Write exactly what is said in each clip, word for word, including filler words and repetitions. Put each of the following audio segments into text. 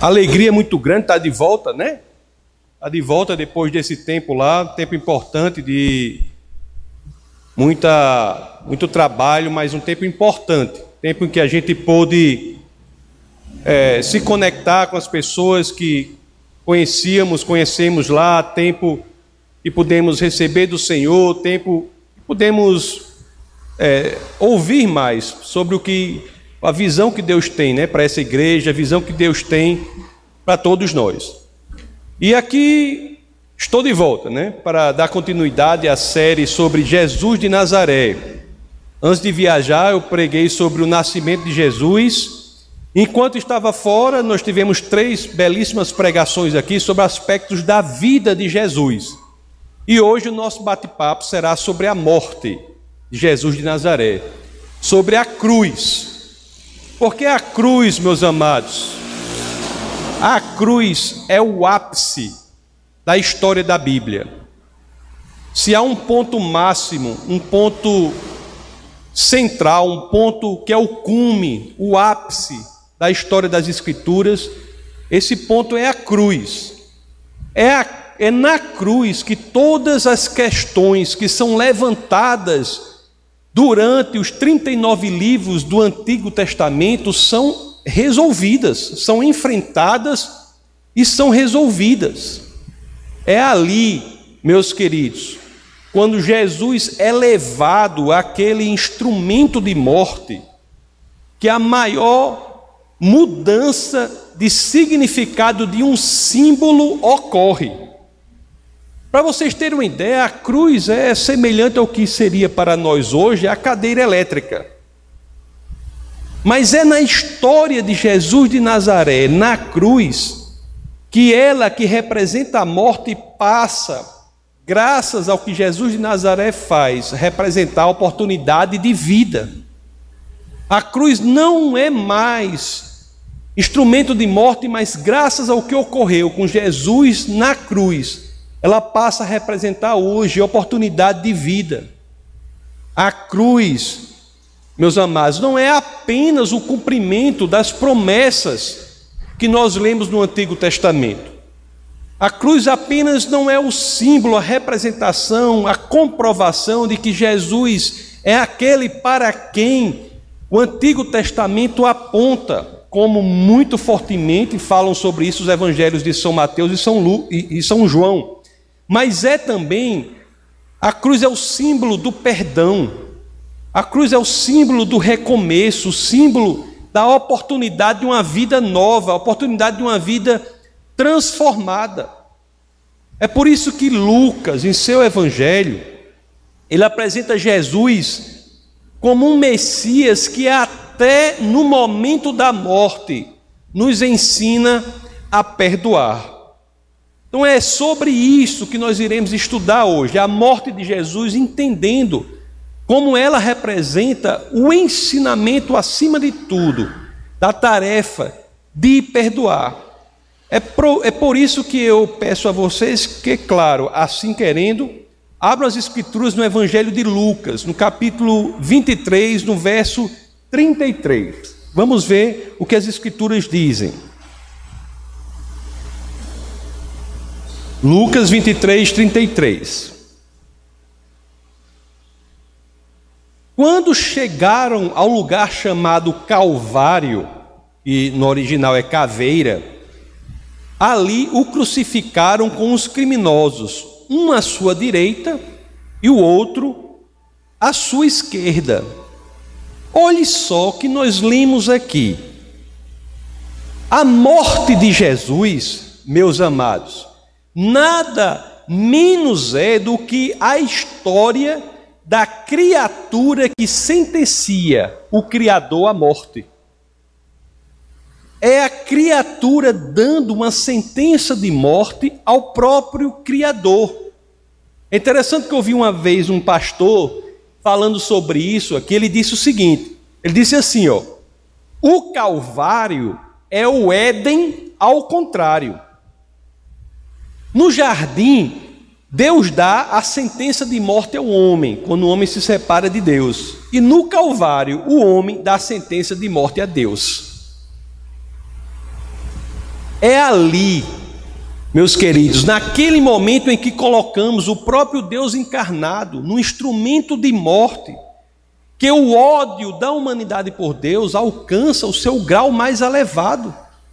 alegria muito grande estar de volta, né? Estar de volta depois desse tempo lá, tempo importante de muita, muito trabalho, mas um tempo importante. Tempo em que a gente pôde é, se conectar com as pessoas que conhecíamos, conhecemos lá, tempo que pudemos receber do Senhor, tempo que pudemos é, ouvir mais sobre o que, a visão que Deus tem, né, para essa igreja, a visão que Deus tem para todos nós. E aqui estou de volta, né, para dar continuidade à série sobre Jesus de Nazaré. Antes de viajar, eu preguei sobre o nascimento de Jesus. Enquanto estava fora, nós tivemos três belíssimas pregações aqui sobre aspectos da vida de Jesus. E hoje o nosso bate-papo será sobre a morte de Jesus de Nazaré, sobre a cruz. Porque a cruz, meus amados, a cruz é o ápice da história da Bíblia. Se há um ponto máximo, um ponto central, um ponto que é o cume, o ápice da história das Escrituras, esse ponto é a cruz. É, a, é na cruz que todas as questões que são levantadas durante os trinta e nove livros do Antigo Testamento são resolvidas, são enfrentadas e são resolvidas. É ali, meus queridos, quando Jesus é levado àquele instrumento de morte, que a maior mudança de significado de um símbolo ocorre. Para vocês terem uma ideia, a cruz é semelhante ao que seria para nós hoje a cadeira elétrica. Mas é na história de Jesus de Nazaré, na cruz, que ela que representa a morte passa, graças ao que Jesus de Nazaré faz, representar a oportunidade de vida. A cruz não é mais instrumento de morte, mas graças ao que ocorreu com Jesus na cruz, ela passa a representar hoje a oportunidade de vida. A cruz, meus amados, não é apenas o cumprimento das promessas que nós lemos no Antigo Testamento. A cruz apenas não é o símbolo, a representação, a comprovação de que Jesus é aquele para quem o Antigo Testamento aponta, como muito fortemente falam sobre isso os evangelhos de São Mateus e São, Lu, e, e São João. Mas é também, a cruz é o símbolo do perdão, a cruz é o símbolo do recomeço, o símbolo da oportunidade de uma vida nova, a oportunidade de uma vida transformada. É por isso que Lucas, em seu evangelho, ele apresenta Jesus como um Messias que até no momento da morte nos ensina a perdoar. Então é sobre isso que nós iremos estudar hoje, a morte de Jesus, entendendo como ela representa o ensinamento, acima de tudo, da tarefa de perdoar. É por, é por isso que eu peço a vocês que, claro, assim querendo, abram as Escrituras no Evangelho de Lucas, no capítulo vinte e três, no verso trinta e três. Vamos ver o que as Escrituras dizem. Lucas vinte e três, trinta e três. Quando chegaram ao lugar chamado Calvário, e no original é caveira, ali o crucificaram com os criminosos, um à sua direita e o outro à sua esquerda. Olhe só o que nós lemos aqui. A morte de Jesus, meus amados, nada menos é do que a história da criatura que sentencia o Criador à morte. É a criatura dando uma sentença de morte ao próprio Criador. É interessante que eu ouvi uma vez um pastor falando sobre isso aqui. Ele disse o seguinte, ele disse assim, ó, o Calvário é o Éden ao contrário. No jardim, Deus dá a sentença de morte ao homem, quando o homem se separa de Deus. E no Calvário, o homem dá a sentença de morte a Deus. É ali, meus queridos, naquele momento em que colocamos o próprio Deus encarnado no instrumento de morte, que o ódio da humanidade por Deus alcança o seu grau mais elevado.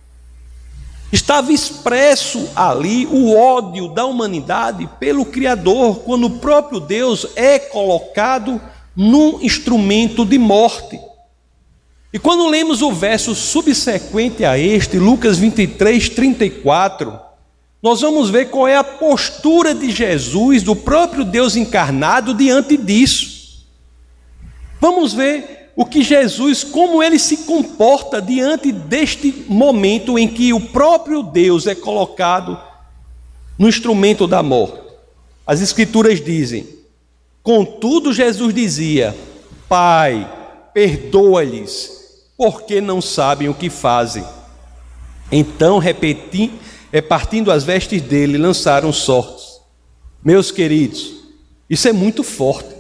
Estava expresso ali o ódio da humanidade pelo Criador, quando o próprio Deus é colocado num instrumento de morte. E quando lemos o verso subsequente a este, Lucas vinte e três, trinta e quatro, nós vamos ver qual é a postura de Jesus, do próprio Deus encarnado, diante disso. Vamos ver o que Jesus, como ele se comporta diante deste momento em que o próprio Deus é colocado no instrumento da morte. As Escrituras dizem: contudo Jesus dizia: Pai, perdoa-lhes, porque não sabem o que fazem. Então, repeti, partindo as vestes dele, lançaram sortes. Meus queridos, isso é muito forte.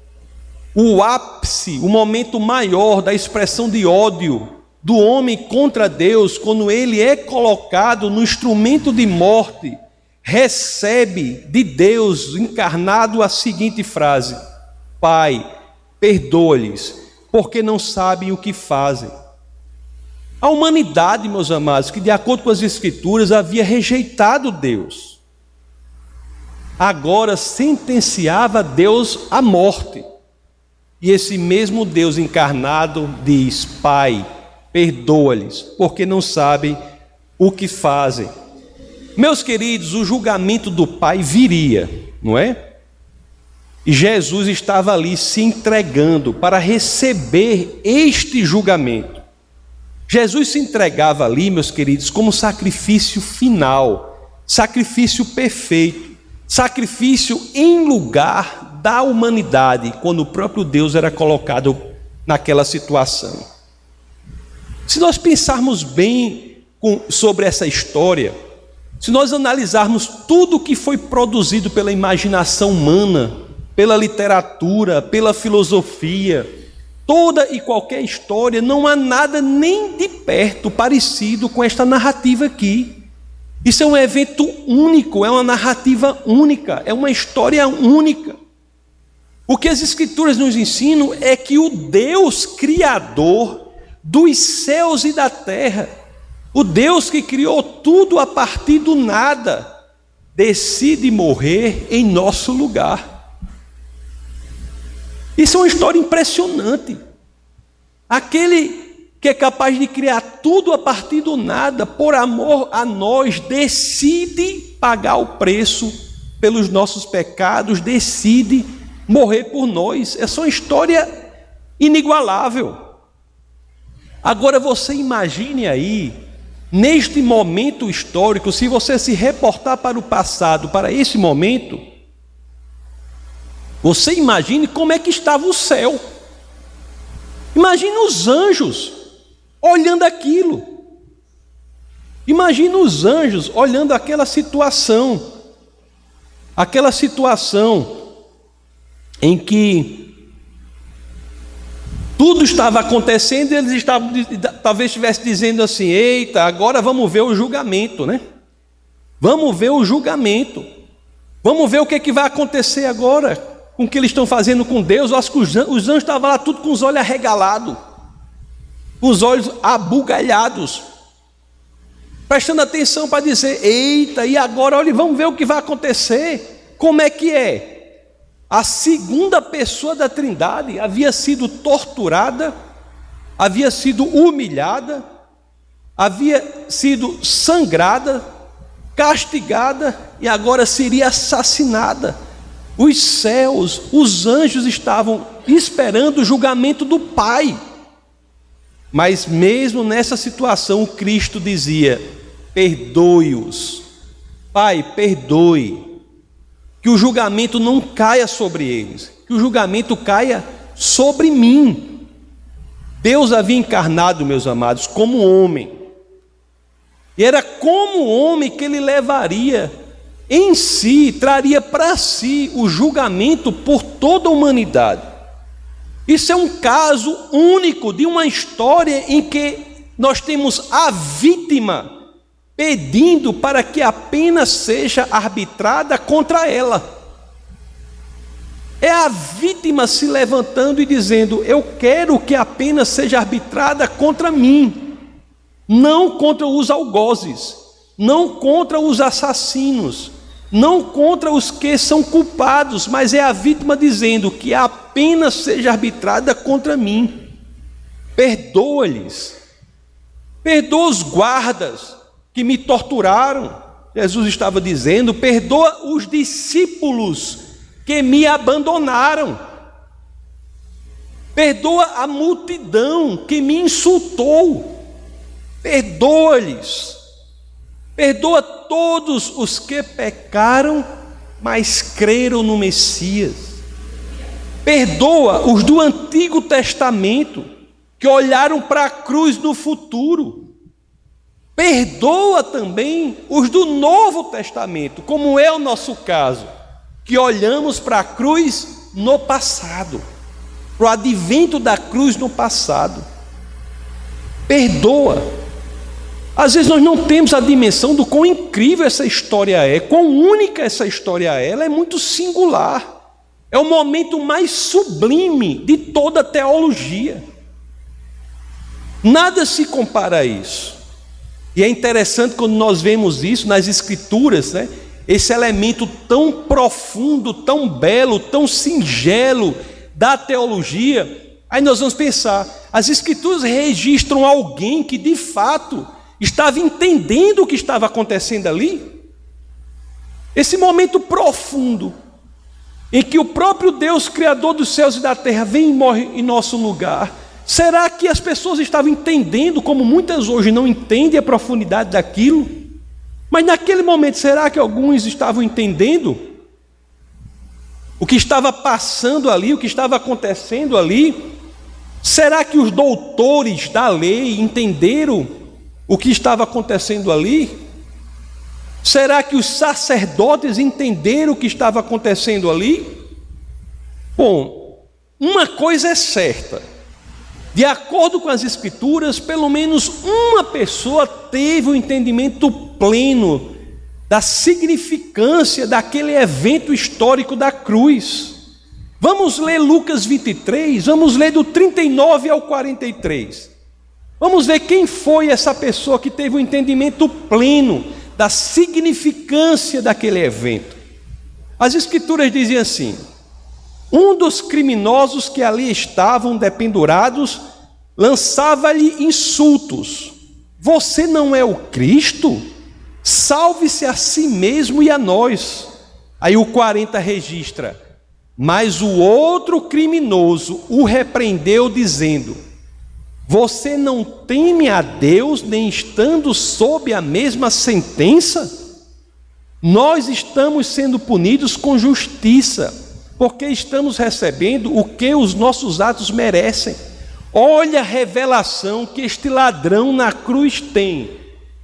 O ápice, o momento maior da expressão de ódio do homem contra Deus, quando ele é colocado no instrumento de morte, recebe de Deus encarnado a seguinte frase: Pai, perdoa-lhes, porque não sabem o que fazem. A humanidade, meus amados, que de acordo com as Escrituras havia rejeitado Deus, agora sentenciava Deus à morte. E esse mesmo Deus encarnado diz: Pai, perdoa-lhes, porque não sabem o que fazem. Meus queridos, o julgamento do Pai viria, não é? E Jesus estava ali se entregando para receber este julgamento. Jesus se entregava ali, meus queridos, como sacrifício final, sacrifício perfeito, sacrifício em lugar da humanidade, quando o próprio Deus era colocado naquela situação. Se nós pensarmos bem com, sobre essa história, se nós analisarmos tudo o que foi produzido pela imaginação humana, pela literatura, pela filosofia, toda e qualquer história, não há nada nem de perto parecido com esta narrativa aqui. Isso é um evento único, é uma narrativa única, é uma história única. O que as Escrituras nos ensinam é que o Deus Criador dos céus e da terra, o Deus que criou tudo a partir do nada, decide morrer em nosso lugar. Isso é uma história impressionante. Aquele que é capaz de criar tudo a partir do nada, por amor a nós, decide pagar o preço pelos nossos pecados, decide morrer por nós. Essa é uma história inigualável. Agora você imagine aí, neste momento histórico, se você se reportar para o passado, para esse momento, você imagine como é que estava o céu. Imagine os anjos olhando aquilo. Imagine os anjos olhando aquela situação. Aquela situação em que tudo estava acontecendo e eles estavam, talvez estivessem dizendo assim: eita, agora vamos ver o julgamento, né? Vamos ver o julgamento. Vamos ver o que, é que vai acontecer agora com o que eles estão fazendo com Deus. Eu acho que os anjos estavam lá tudo com os olhos arregalados, com os olhos abugalhados, prestando atenção para dizer: eita, e agora, olha, vamos ver o que vai acontecer. Como é que é? A segunda pessoa da Trindade havia sido torturada, havia sido humilhada, havia sido sangrada, castigada e agora seria assassinada. Os céus, os anjos estavam esperando o julgamento do Pai. Mas mesmo nessa situação, o Cristo dizia: perdoe-os. Pai, perdoe. Que o julgamento não caia sobre eles, que o julgamento caia sobre mim. Deus havia encarnado, meus amados, como homem. E era como homem que ele levaria em si, traria para si o julgamento por toda a humanidade. Isso é um caso único de uma história em que nós temos a vítima pedindo para que a pena seja arbitrada contra ela. É a vítima se levantando e dizendo: eu quero que a pena seja arbitrada contra mim, não contra os algozes, não contra os assassinos, não contra os que são culpados, mas é a vítima dizendo que a pena seja arbitrada contra mim. Perdoa-lhes, perdoa os guardas que me torturaram, Jesus estava dizendo, perdoa os discípulos que me abandonaram, perdoa a multidão que me insultou, perdoa-lhes, perdoa todos os que pecaram, mas creram no Messias, perdoa os do Antigo Testamento, que olharam para a cruz no futuro, perdoa também os do Novo Testamento, como é o nosso caso, que olhamos para a cruz no passado, para o advento da cruz no passado. Perdoa. Às vezes nós não temos a dimensão do quão incrível essa história é, quão única essa história é, ela é muito singular, é o momento mais sublime de toda a teologia. Nada se compara a isso. E é interessante quando nós vemos isso nas Escrituras, né? Esse elemento tão profundo, tão belo, tão singelo da teologia. Aí nós vamos pensar, as Escrituras registram alguém que de fato estava entendendo o que estava acontecendo ali? Esse momento profundo, em que o próprio Deus, Criador dos céus e da terra, vem e morre em nosso lugar. Será que as pessoas estavam entendendo, como muitas hoje não entendem a profundidade daquilo? Mas naquele momento, será que alguns estavam entendendo o que estava passando ali, o que estava acontecendo ali? Será que os doutores da lei entenderam o que estava acontecendo ali? Será que os sacerdotes entenderam o que estava acontecendo ali? Bom, uma coisa é certa: de acordo com as Escrituras, pelo menos uma pessoa teve o entendimento pleno da significância daquele evento histórico da cruz. Vamos ler Lucas vinte e três, vamos ler do trinta e nove ao quarenta e três. Vamos ver quem foi essa pessoa que teve o entendimento pleno da significância daquele evento. As Escrituras dizem assim: um dos criminosos que ali estavam dependurados lançava-lhe insultos: você não é o Cristo? Salve-se a si mesmo e a nós. Aí o quarenta registra: mas o outro criminoso o repreendeu dizendo: você não teme a Deus, nem estando sob a mesma sentença? Nós estamos sendo punidos com justiça, porque estamos recebendo o que os nossos atos merecem. Olha a revelação que este ladrão na cruz tem.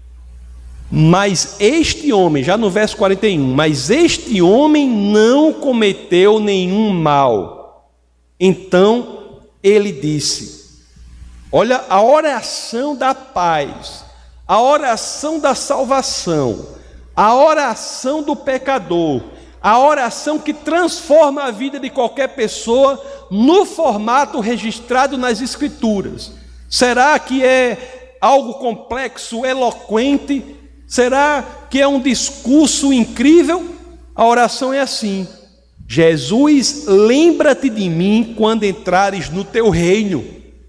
Mas este homem, já no verso quarenta e um, mas este homem não cometeu nenhum mal. Então ele disse, olha a oração da paz, a oração da salvação, a oração do pecador, a oração que transforma a vida de qualquer pessoa no formato registrado nas Escrituras. Será que é algo complexo, eloquente? Será que é um discurso incrível? A oração é assim: Jesus, lembra-te de mim quando entrares no teu reino.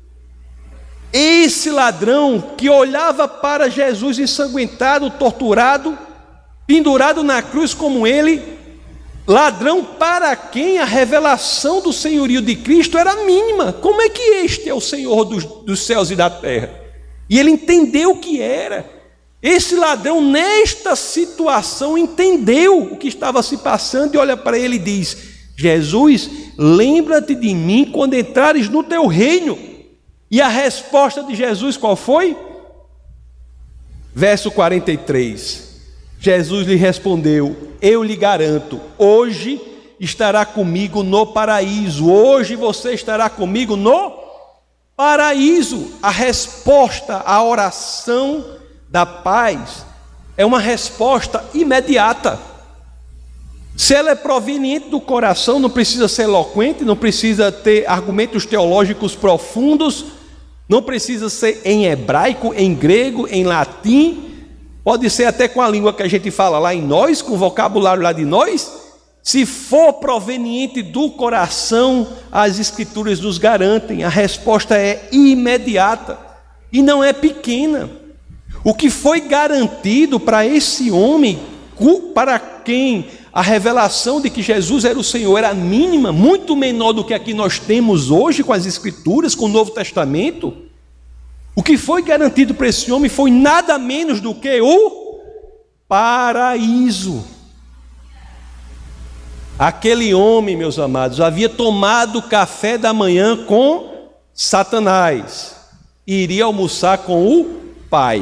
Esse ladrão que olhava para Jesus ensanguentado, torturado, pendurado na cruz como ele, ladrão para quem a revelação do senhorio de Cristo era mínima. Como é que este é o Senhor dos, dos céus e da terra? E ele entendeu o que era. Esse ladrão, nesta situação, entendeu o que estava se passando e olha para ele e diz: Jesus, lembra-te de mim quando entrares no teu reino. E a resposta de Jesus qual foi? Verso quarenta e três. Jesus lhe respondeu: eu lhe garanto, hoje estará comigo no paraíso. Hoje você estará comigo no paraíso. A resposta à oração da paz é uma resposta imediata. Se ela é proveniente do coração, não precisa ser eloquente, não precisa ter argumentos teológicos profundos, não precisa ser em hebraico, em grego, em latim, pode ser até com a língua que a gente fala lá em nós, com o vocabulário lá de nós. Se for proveniente do coração, as Escrituras nos garantem, a resposta é imediata e não é pequena. O que foi garantido para esse homem, para quem a revelação de que Jesus era o Senhor era mínima, muito menor do que a que nós temos hoje com as Escrituras, com o Novo Testamento, o que foi garantido para esse homem foi nada menos do que o paraíso. Aquele homem, meus amados, havia tomado café da manhã com Satanás e iria almoçar com o Pai.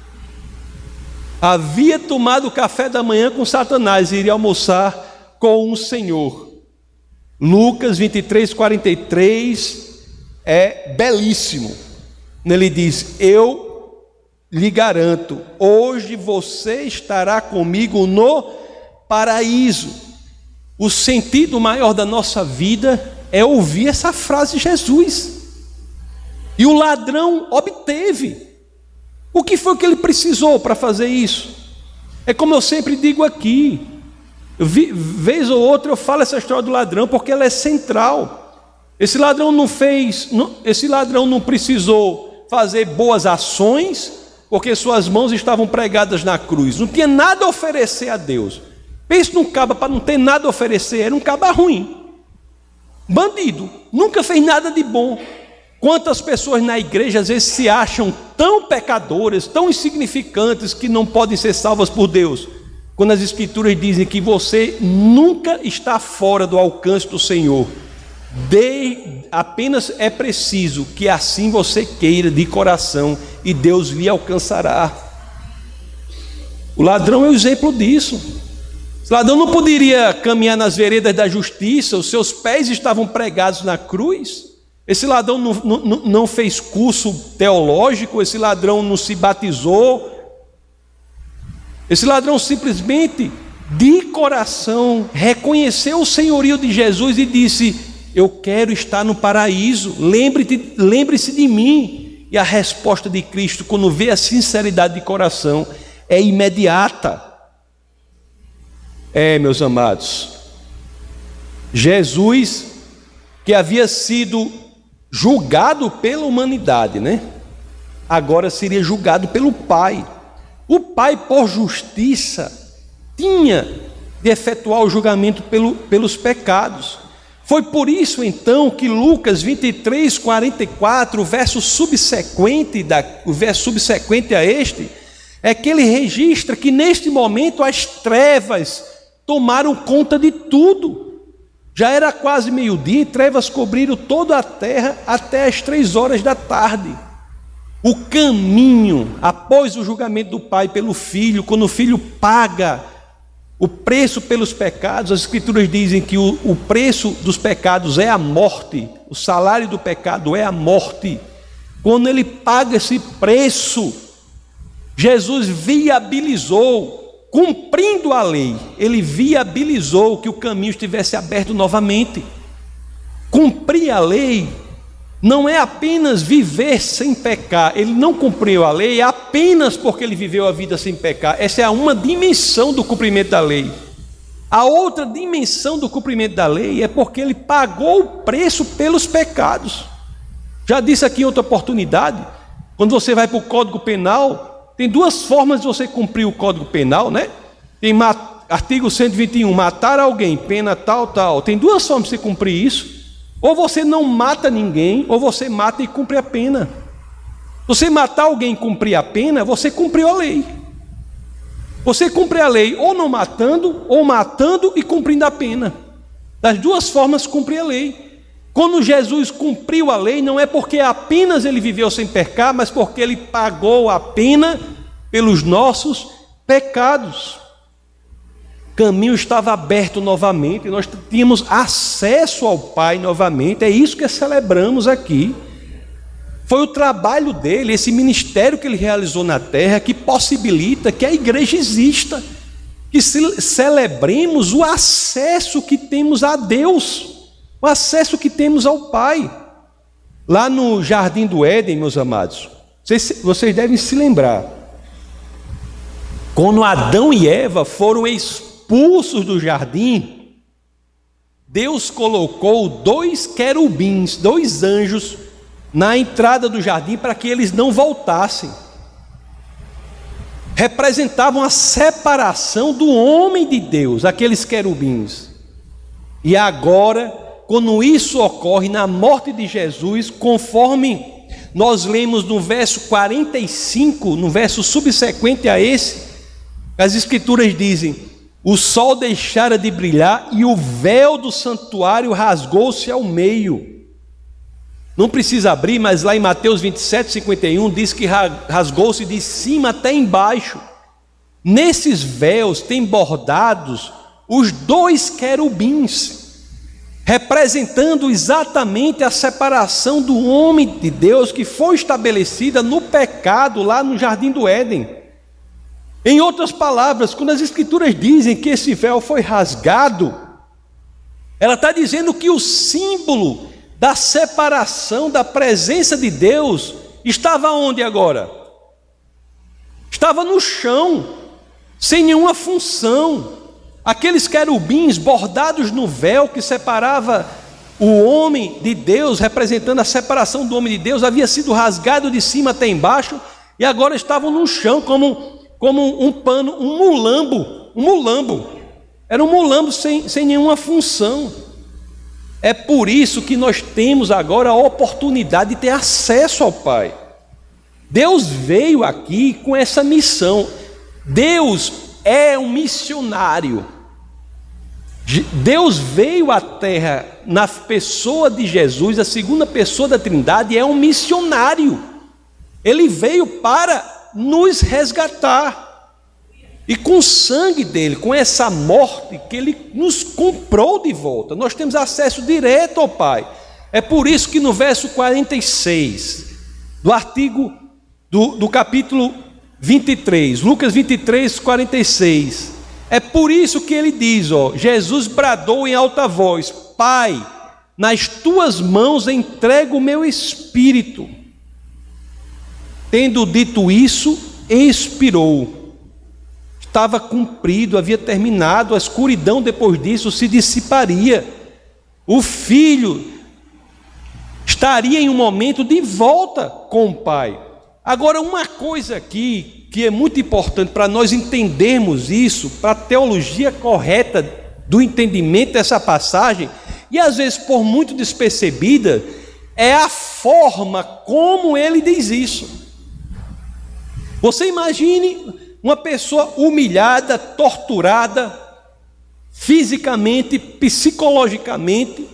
Havia tomado café da manhã com Satanás e iria almoçar com o Senhor. Lucas vinte e três, quarenta e três é belíssimo. Ele diz: eu lhe garanto, hoje você estará comigo no paraíso. O sentido maior da nossa vida é ouvir essa frase de Jesus. E o ladrão obteve. O que foi que ele precisou para fazer isso? É como eu sempre digo aqui, vez ou outra eu falo essa história do ladrão porque ela é central. Esse ladrão não fez, não, esse ladrão não precisou fazer boas ações porque suas mãos estavam pregadas na cruz. Não tinha nada a oferecer a Deus. Pense num caba para não ter nada a oferecer, era um caba ruim. Bandido, nunca fez nada de bom. Quantas pessoas na igreja às vezes se acham tão pecadoras, tão insignificantes, que não podem ser salvas por Deus, quando as Escrituras dizem que você nunca está fora do alcance do Senhor. De, apenas é preciso que assim você queira de coração e Deus lhe alcançará. O ladrão é o exemplo disso. O ladrão não poderia caminhar nas veredas da justiça, os seus pés estavam pregados na cruz. Esse ladrão não, não, não fez curso teológico, esse ladrão não se batizou. Esse ladrão simplesmente, de coração, reconheceu o senhorio de Jesus e disse: eu quero estar no paraíso, lembre-te, lembre-se de mim. E a resposta de Cristo, quando vê a sinceridade de coração, é imediata. É, meus amados, Jesus, que havia sido julgado pela humanidade, né? Agora seria julgado pelo Pai. O Pai, por justiça, tinha de efetuar o julgamento pelo, pelos pecados. Foi por isso então que Lucas vinte e três, quarenta e quatro, o verso subsequente, da, o verso subsequente a este, é que ele registra que neste momento as trevas tomaram conta de tudo. Já era quase meio-dia e trevas cobriram toda a terra até as três horas da tarde. O caminho, após o julgamento do Pai pelo Filho, quando o Filho paga o preço pelos pecados, as Escrituras dizem que o, o preço dos pecados é a morte, o salário do pecado é a morte. Quando ele paga esse preço, Jesus viabilizou, cumprindo a lei, ele viabilizou que o caminho estivesse aberto novamente. Cumprir a lei não é apenas viver sem pecar. Ele não cumpriu a lei apenas porque ele viveu a vida sem pecar. Essa é uma dimensão do cumprimento da lei. A outra dimensão do cumprimento da lei é porque ele pagou o preço pelos pecados. Já disse aqui em outra oportunidade, quando você vai para o Código Penal, tem duas formas de você cumprir o Código Penal, né? Tem artigo cento e vinte e um, matar alguém, pena tal, tal. Tem duas formas de você cumprir isso. Ou você não mata ninguém, ou você mata e cumpre a pena. Você matar alguém e cumprir a pena, você cumpriu a lei. Você cumpre a lei ou não matando, ou matando e cumprindo a pena. Das duas formas, cumprir a lei. Quando Jesus cumpriu a lei, não é porque apenas ele viveu sem pecar, mas porque ele pagou a pena pelos nossos pecados. O caminho estava aberto novamente, nós tínhamos acesso ao Pai novamente, é isso que celebramos aqui. Foi o trabalho dele, esse ministério que ele realizou na terra, que possibilita que a igreja exista, que celebremos o acesso que temos a Deus, o acesso que temos ao Pai. Lá no Jardim do Éden, meus amados, vocês, vocês devem se lembrar, quando Adão e Eva foram expulsos do jardim, Deus colocou dois querubins, dois anjos, na entrada do jardim para que eles não voltassem. Representavam a separação do homem de Deus, aqueles querubins. E agora, quando isso ocorre na morte de Jesus, conforme nós lemos no verso quarenta e cinco, no verso subsequente a esse, as escrituras dizem: o sol deixara de brilhar e o véu do santuário rasgou-se ao meio. Não precisa abrir, mas lá em Mateus vinte e sete, cinquenta e um diz que rasgou-se de cima até embaixo. Nesses véus tem bordados os dois querubins, representando exatamente a separação do homem de Deus que foi estabelecida no pecado lá no Jardim do Éden. Em outras palavras, quando as escrituras dizem que esse véu foi rasgado, ela está dizendo que o símbolo da separação da presença de Deus estava onde agora? Estava no chão, sem nenhuma função. Aqueles querubins bordados no véu que separava o homem de Deus, representando a separação do homem de Deus, havia sido rasgado de cima até embaixo e agora estavam no chão como, como um pano, um mulambo, um mulambo. Era um mulambo sem, sem nenhuma função. É por isso que nós temos agora a oportunidade de ter acesso ao Pai. Deus veio aqui com essa missão. Deus é um missionário. Deus veio à terra na pessoa de Jesus, a segunda pessoa da Trindade, é um missionário. Ele veio para nos resgatar. E com o sangue dele, com essa morte que ele nos comprou de volta, nós temos acesso direto ao Pai. É por isso que no verso quarenta e seis, do artigo do, do capítulo vinte e três, Lucas vinte e três, quarenta e seis, é por isso que ele diz, ó, Jesus bradou em alta voz: Pai, nas tuas mãos entrego o meu espírito. Tendo dito isso, expirou. Estava cumprido, havia terminado, a escuridão depois disso se dissiparia. O filho estaria em um momento de volta com o Pai. Agora, uma coisa aqui que é muito importante para nós entendermos isso, para a teologia correta do entendimento dessa passagem, e às vezes por muito despercebida, é a forma como ele diz isso. Você imagine uma pessoa humilhada, torturada, fisicamente, psicologicamente,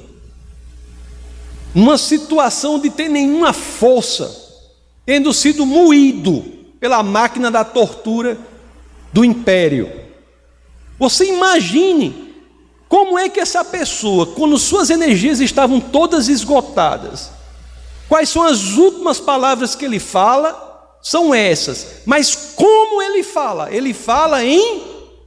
numa situação de ter nenhuma força, tendo sido moído pela máquina da tortura do império. Você imagine como é que essa pessoa, quando suas energias estavam todas esgotadas, quais são as últimas palavras que ele fala? São essas, mas como ele fala? Ele fala em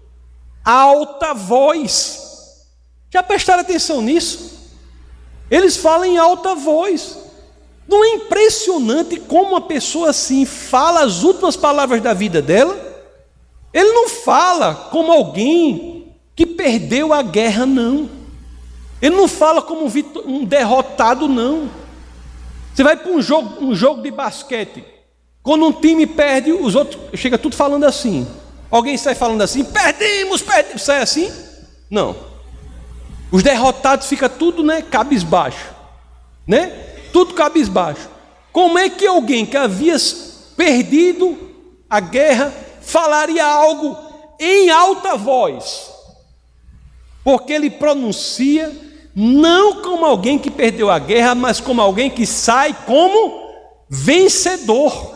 alta voz. Já prestaram atenção nisso? Eles falam em alta voz. Não é impressionante como uma pessoa assim fala as últimas palavras da vida dela? Ele não fala como alguém que perdeu a guerra, não. Ele não fala como um derrotado, não. Você vai para um jogo, um jogo de basquete. Quando um time perde, os outros chega tudo falando assim. Alguém sai falando assim: perdemos, perdemos. Sai assim? Não. Os derrotados ficam tudo, né, cabisbaixo, né? Tudo cabisbaixo. Como é que alguém que havia perdido a guerra falaria algo em alta voz? Porque ele pronuncia não como alguém que perdeu a guerra, mas como alguém que sai como vencedor.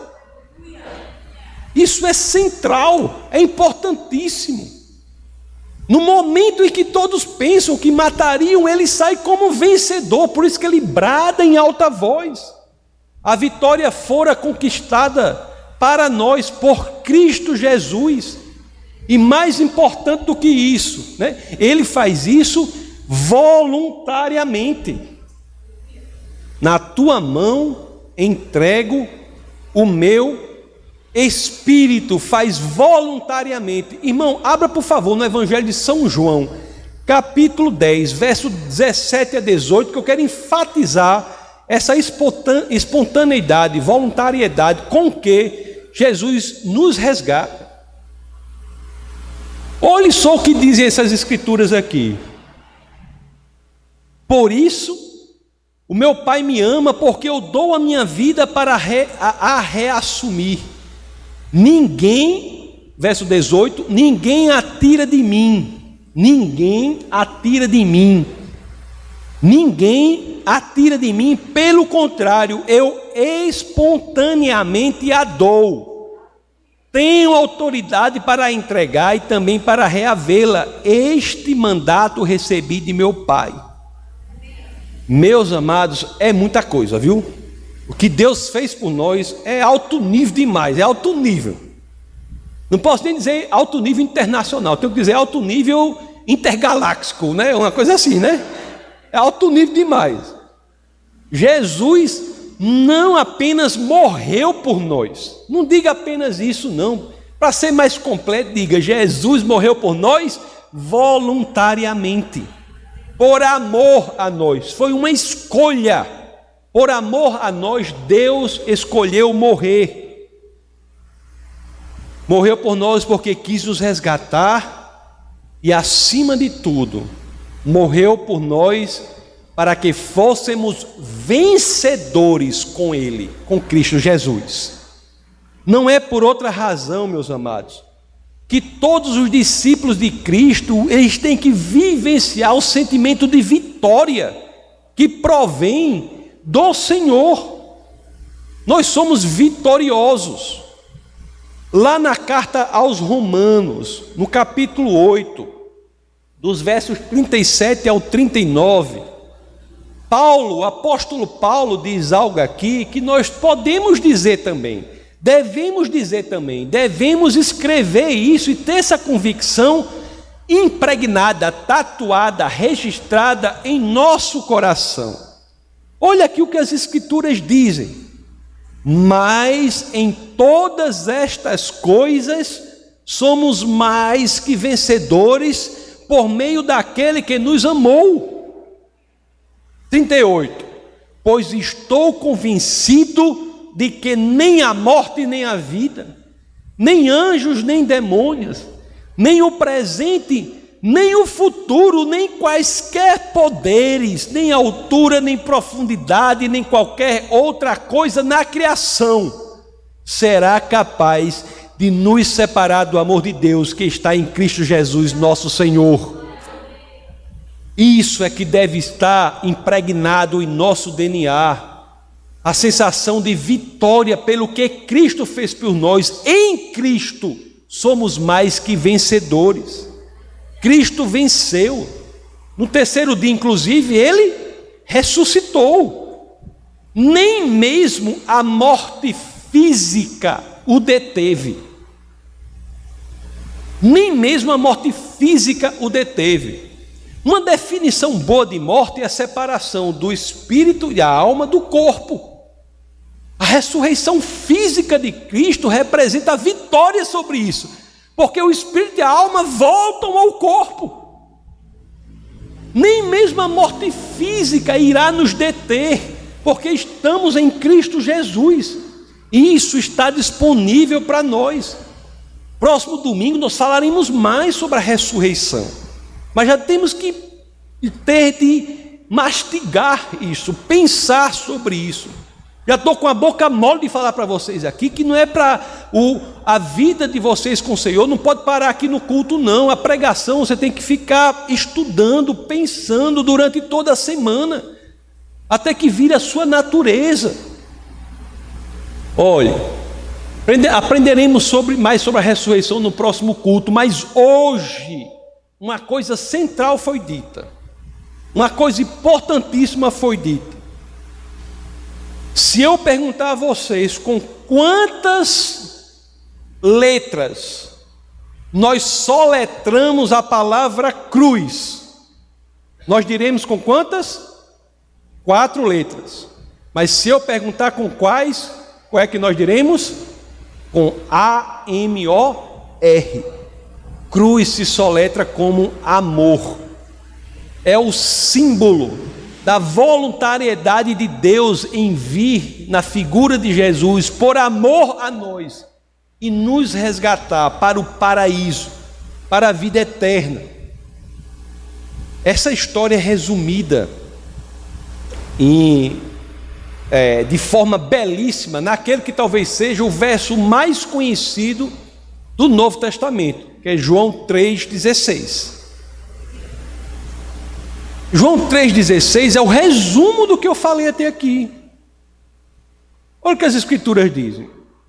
Isso é central, é importantíssimo. No momento em que todos pensam que matariam, ele sai como vencedor, por isso que ele brada em alta voz. A vitória fora conquistada para nós por Cristo Jesus. E mais importante do que isso, né? Ele faz isso voluntariamente. Na tua mão entrego o meu espírito, faz voluntariamente. Irmão, abra por favor no Evangelho de São João, capítulo dez, verso dezessete a dezoito, que eu quero enfatizar essa espontaneidade, voluntariedade com que Jesus nos resgata. Olhe só o que dizem essas escrituras aqui. Por isso, o meu Pai me ama, porque eu dou a minha vida para re, a, a reassumir. Ninguém, verso dezoito, ninguém a tira de mim. Ninguém a tira de mim. Ninguém a tira de mim, pelo contrário, eu espontaneamente a dou. Tenho autoridade para entregar e também para reavê-la. Este mandato recebi de meu Pai. Meus amados, é muita coisa, viu? O que Deus fez por nós é alto nível demais, é alto nível. Não posso nem dizer alto nível internacional, tenho que dizer alto nível intergaláctico, né? Uma coisa assim, né? É alto nível demais. Jesus não apenas morreu por nós, não diga apenas isso não, para ser mais completo, diga: Jesus morreu por nós voluntariamente, por amor a nós, foi uma escolha, por amor a nós, Deus escolheu morrer, morreu por nós porque quis nos resgatar e, acima de tudo, morreu por nós para que fôssemos vencedores com Ele, com Cristo Jesus. Não é por outra razão, meus amados, que todos os discípulos de Cristo, eles têm que vivenciar o sentimento de vitória que provém do Senhor. Nós somos vitoriosos. Lá na carta aos Romanos, no capítulo oito, dos versos trinta e sete ao trinta e nove, Paulo, o apóstolo Paulo diz algo aqui que nós podemos dizer também, devemos dizer também, devemos escrever isso e ter essa convicção impregnada, tatuada, registrada em nosso coração. Olha aqui o que as escrituras dizem: mas em todas estas coisas somos mais que vencedores por meio daquele que nos amou. trinta e oito, pois estou convencido de que nem a morte nem a vida, nem anjos nem demônios, nem o presente, nem o futuro, nem quaisquer poderes, nem altura, nem profundidade, nem qualquer outra coisa na criação será capaz de nos separar do amor de Deus que está em Cristo Jesus, nosso Senhor. Isso é que deve estar impregnado em nosso D N A, a sensação de vitória pelo que Cristo fez por nós. Em Cristo somos mais que vencedores. Cristo venceu. No terceiro dia, inclusive, Ele ressuscitou. Nem mesmo a morte física o deteve. Nem mesmo a morte física o deteve. Uma definição boa de morte é a separação do espírito e a alma do corpo. A ressurreição física de Cristo representa a vitória sobre isso, porque o espírito e a alma voltam ao corpo. Nem mesmo a morte física irá nos deter, porque estamos em Cristo Jesus, e isso está disponível para nós. Próximo domingo nós falaremos mais sobre a ressurreição, mas já temos que ter de mastigar isso, pensar sobre isso. Já estou com a boca mole de falar para vocês aqui que não é para a vida de vocês com o Senhor, não pode parar aqui no culto não. A pregação você tem que ficar estudando, pensando durante toda a semana, até que vire a sua natureza. Olha, aprenderemos sobre, mais sobre a ressurreição no próximo culto, mas hoje uma coisa central foi dita, uma coisa importantíssima foi dita. Se eu perguntar a vocês com quantas letras nós soletramos a palavra cruz, nós diremos com quantas? Quatro letras. Mas se eu perguntar com quais, qual é que nós diremos? Com A M O R. Cruz se soletra como amor. É o símbolo da voluntariedade de Deus em vir na figura de Jesus por amor a nós e nos resgatar para o paraíso, para a vida eterna. Essa história é resumida em, é, de forma belíssima naquele que talvez seja o verso mais conhecido do Novo Testamento, que é João três dezesseis. João três dezesseis é o resumo do que eu falei até aqui. Olha o que as Escrituras dizem.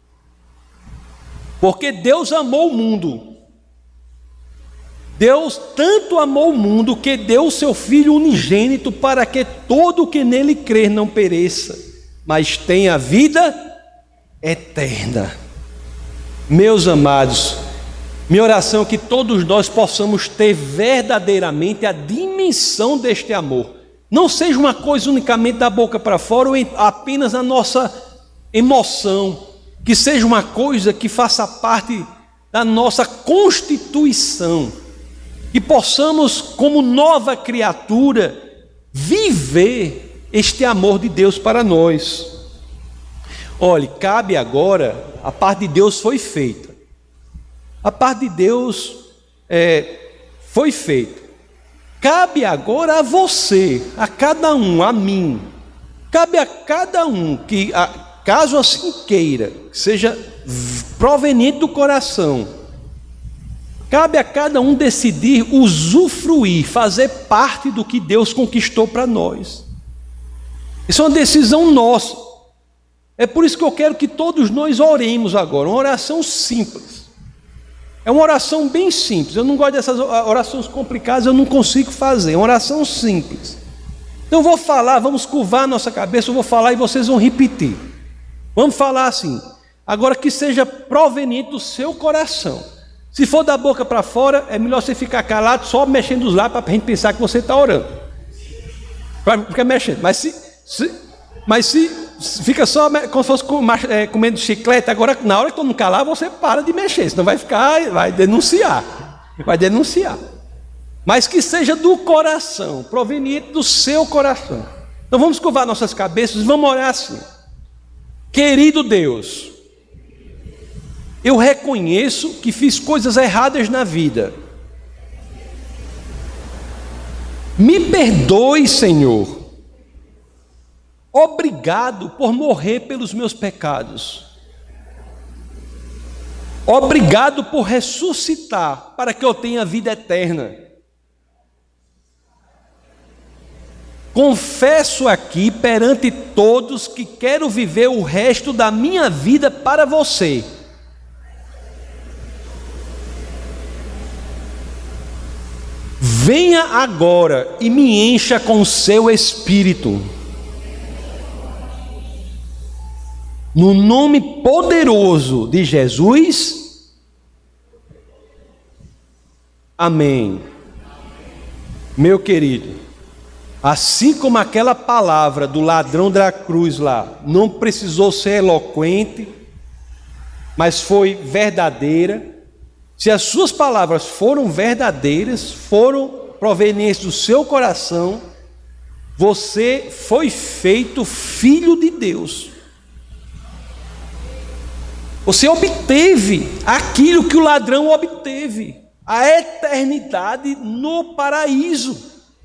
Porque Deus amou o mundo. Deus tanto amou o mundo que deu o seu Filho unigênito para que todo o que nele crer não pereça, mas tenha vida eterna. Meus amados, minha oração é que todos nós possamos ter verdadeiramente a dimensão deste amor. Não seja uma coisa unicamente da boca para fora ou apenas a nossa emoção, que seja uma coisa que faça parte da nossa constituição, que possamos, como nova criatura, viver este amor de Deus para nós. Olhe, cabe agora, a parte de Deus foi feita. A parte de Deus é, foi feita. Cabe agora a você, a cada um, a mim. Cabe a cada um que, a, caso assim queira, seja proveniente do coração, cabe a cada um decidir usufruir, fazer parte do que Deus conquistou para nós. Isso é uma decisão nossa. É por isso que eu quero que todos nós oremos agora, uma oração simples. É uma oração bem simples. Eu não gosto dessas orações complicadas, eu não consigo fazer. É uma oração simples. Então eu vou falar, vamos curvar a nossa cabeça, eu vou falar e vocês vão repetir. Vamos falar assim, agora que seja proveniente do seu coração. Se for da boca para fora, é melhor você ficar calado, só mexendo os lábios para a gente pensar que você está orando. Fica mexendo, mas se, se, mas se, se fica só como se fosse comendo chiclete, agora na hora que todo mundo calar, você para de mexer, senão vai ficar, vai denunciar, vai denunciar. Mas que seja do coração, proveniente do seu coração. Então vamos curvar nossas cabeças e vamos orar assim. Querido Deus, eu reconheço que fiz coisas erradas na vida. Me perdoe, Senhor. Obrigado por morrer pelos meus pecados. Obrigado por ressuscitar para que eu tenha vida eterna. Confesso aqui perante todos que quero viver o resto da minha vida para você. Venha agora e me encha com o seu Espírito. No nome poderoso de Jesus. Amém. Meu querido, assim como aquela palavra do ladrão da cruz lá, não precisou ser eloquente, mas foi verdadeira. Se as suas palavras foram verdadeiras, foram provenientes do seu coração, você foi feito filho de Deus. Você obteve aquilo que o ladrão obteve, a eternidade no paraíso.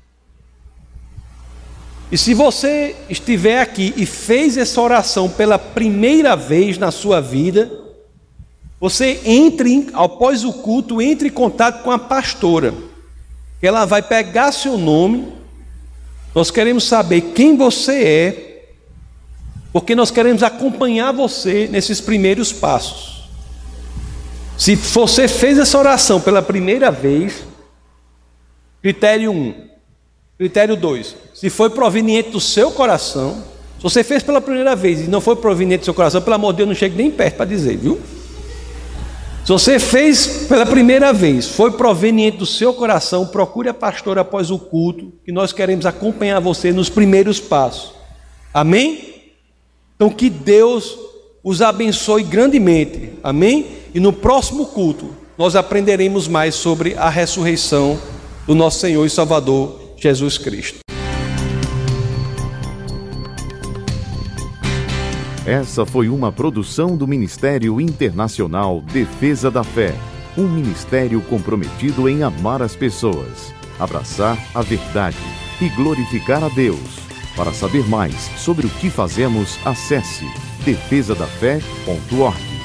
E se você estiver aqui e fez essa oração pela primeira vez na sua vida, você entre, após o culto, entre em contato com a pastora, que ela vai pegar seu nome. Nós queremos saber quem você é, porque nós queremos acompanhar você nesses primeiros passos. Se você fez essa oração pela primeira vez, critério um. Critério dois, se foi proveniente do seu coração. Se você fez pela primeira vez e não foi proveniente do seu coração, pelo amor de Deus, não chegue nem perto para dizer, viu? Se você fez pela primeira vez, foi proveniente do seu coração, procure a pastora após o culto, que nós queremos acompanhar você nos primeiros passos. Amém? Então que Deus os abençoe grandemente. Amém? E no próximo culto, nós aprenderemos mais sobre a ressurreição do nosso Senhor e Salvador Jesus Cristo. Essa foi uma produção do Ministério Internacional Defesa da Fé, um ministério comprometido em amar as pessoas, abraçar a verdade e glorificar a Deus. Para saber mais sobre o que fazemos, acesse defesa da fé ponto org.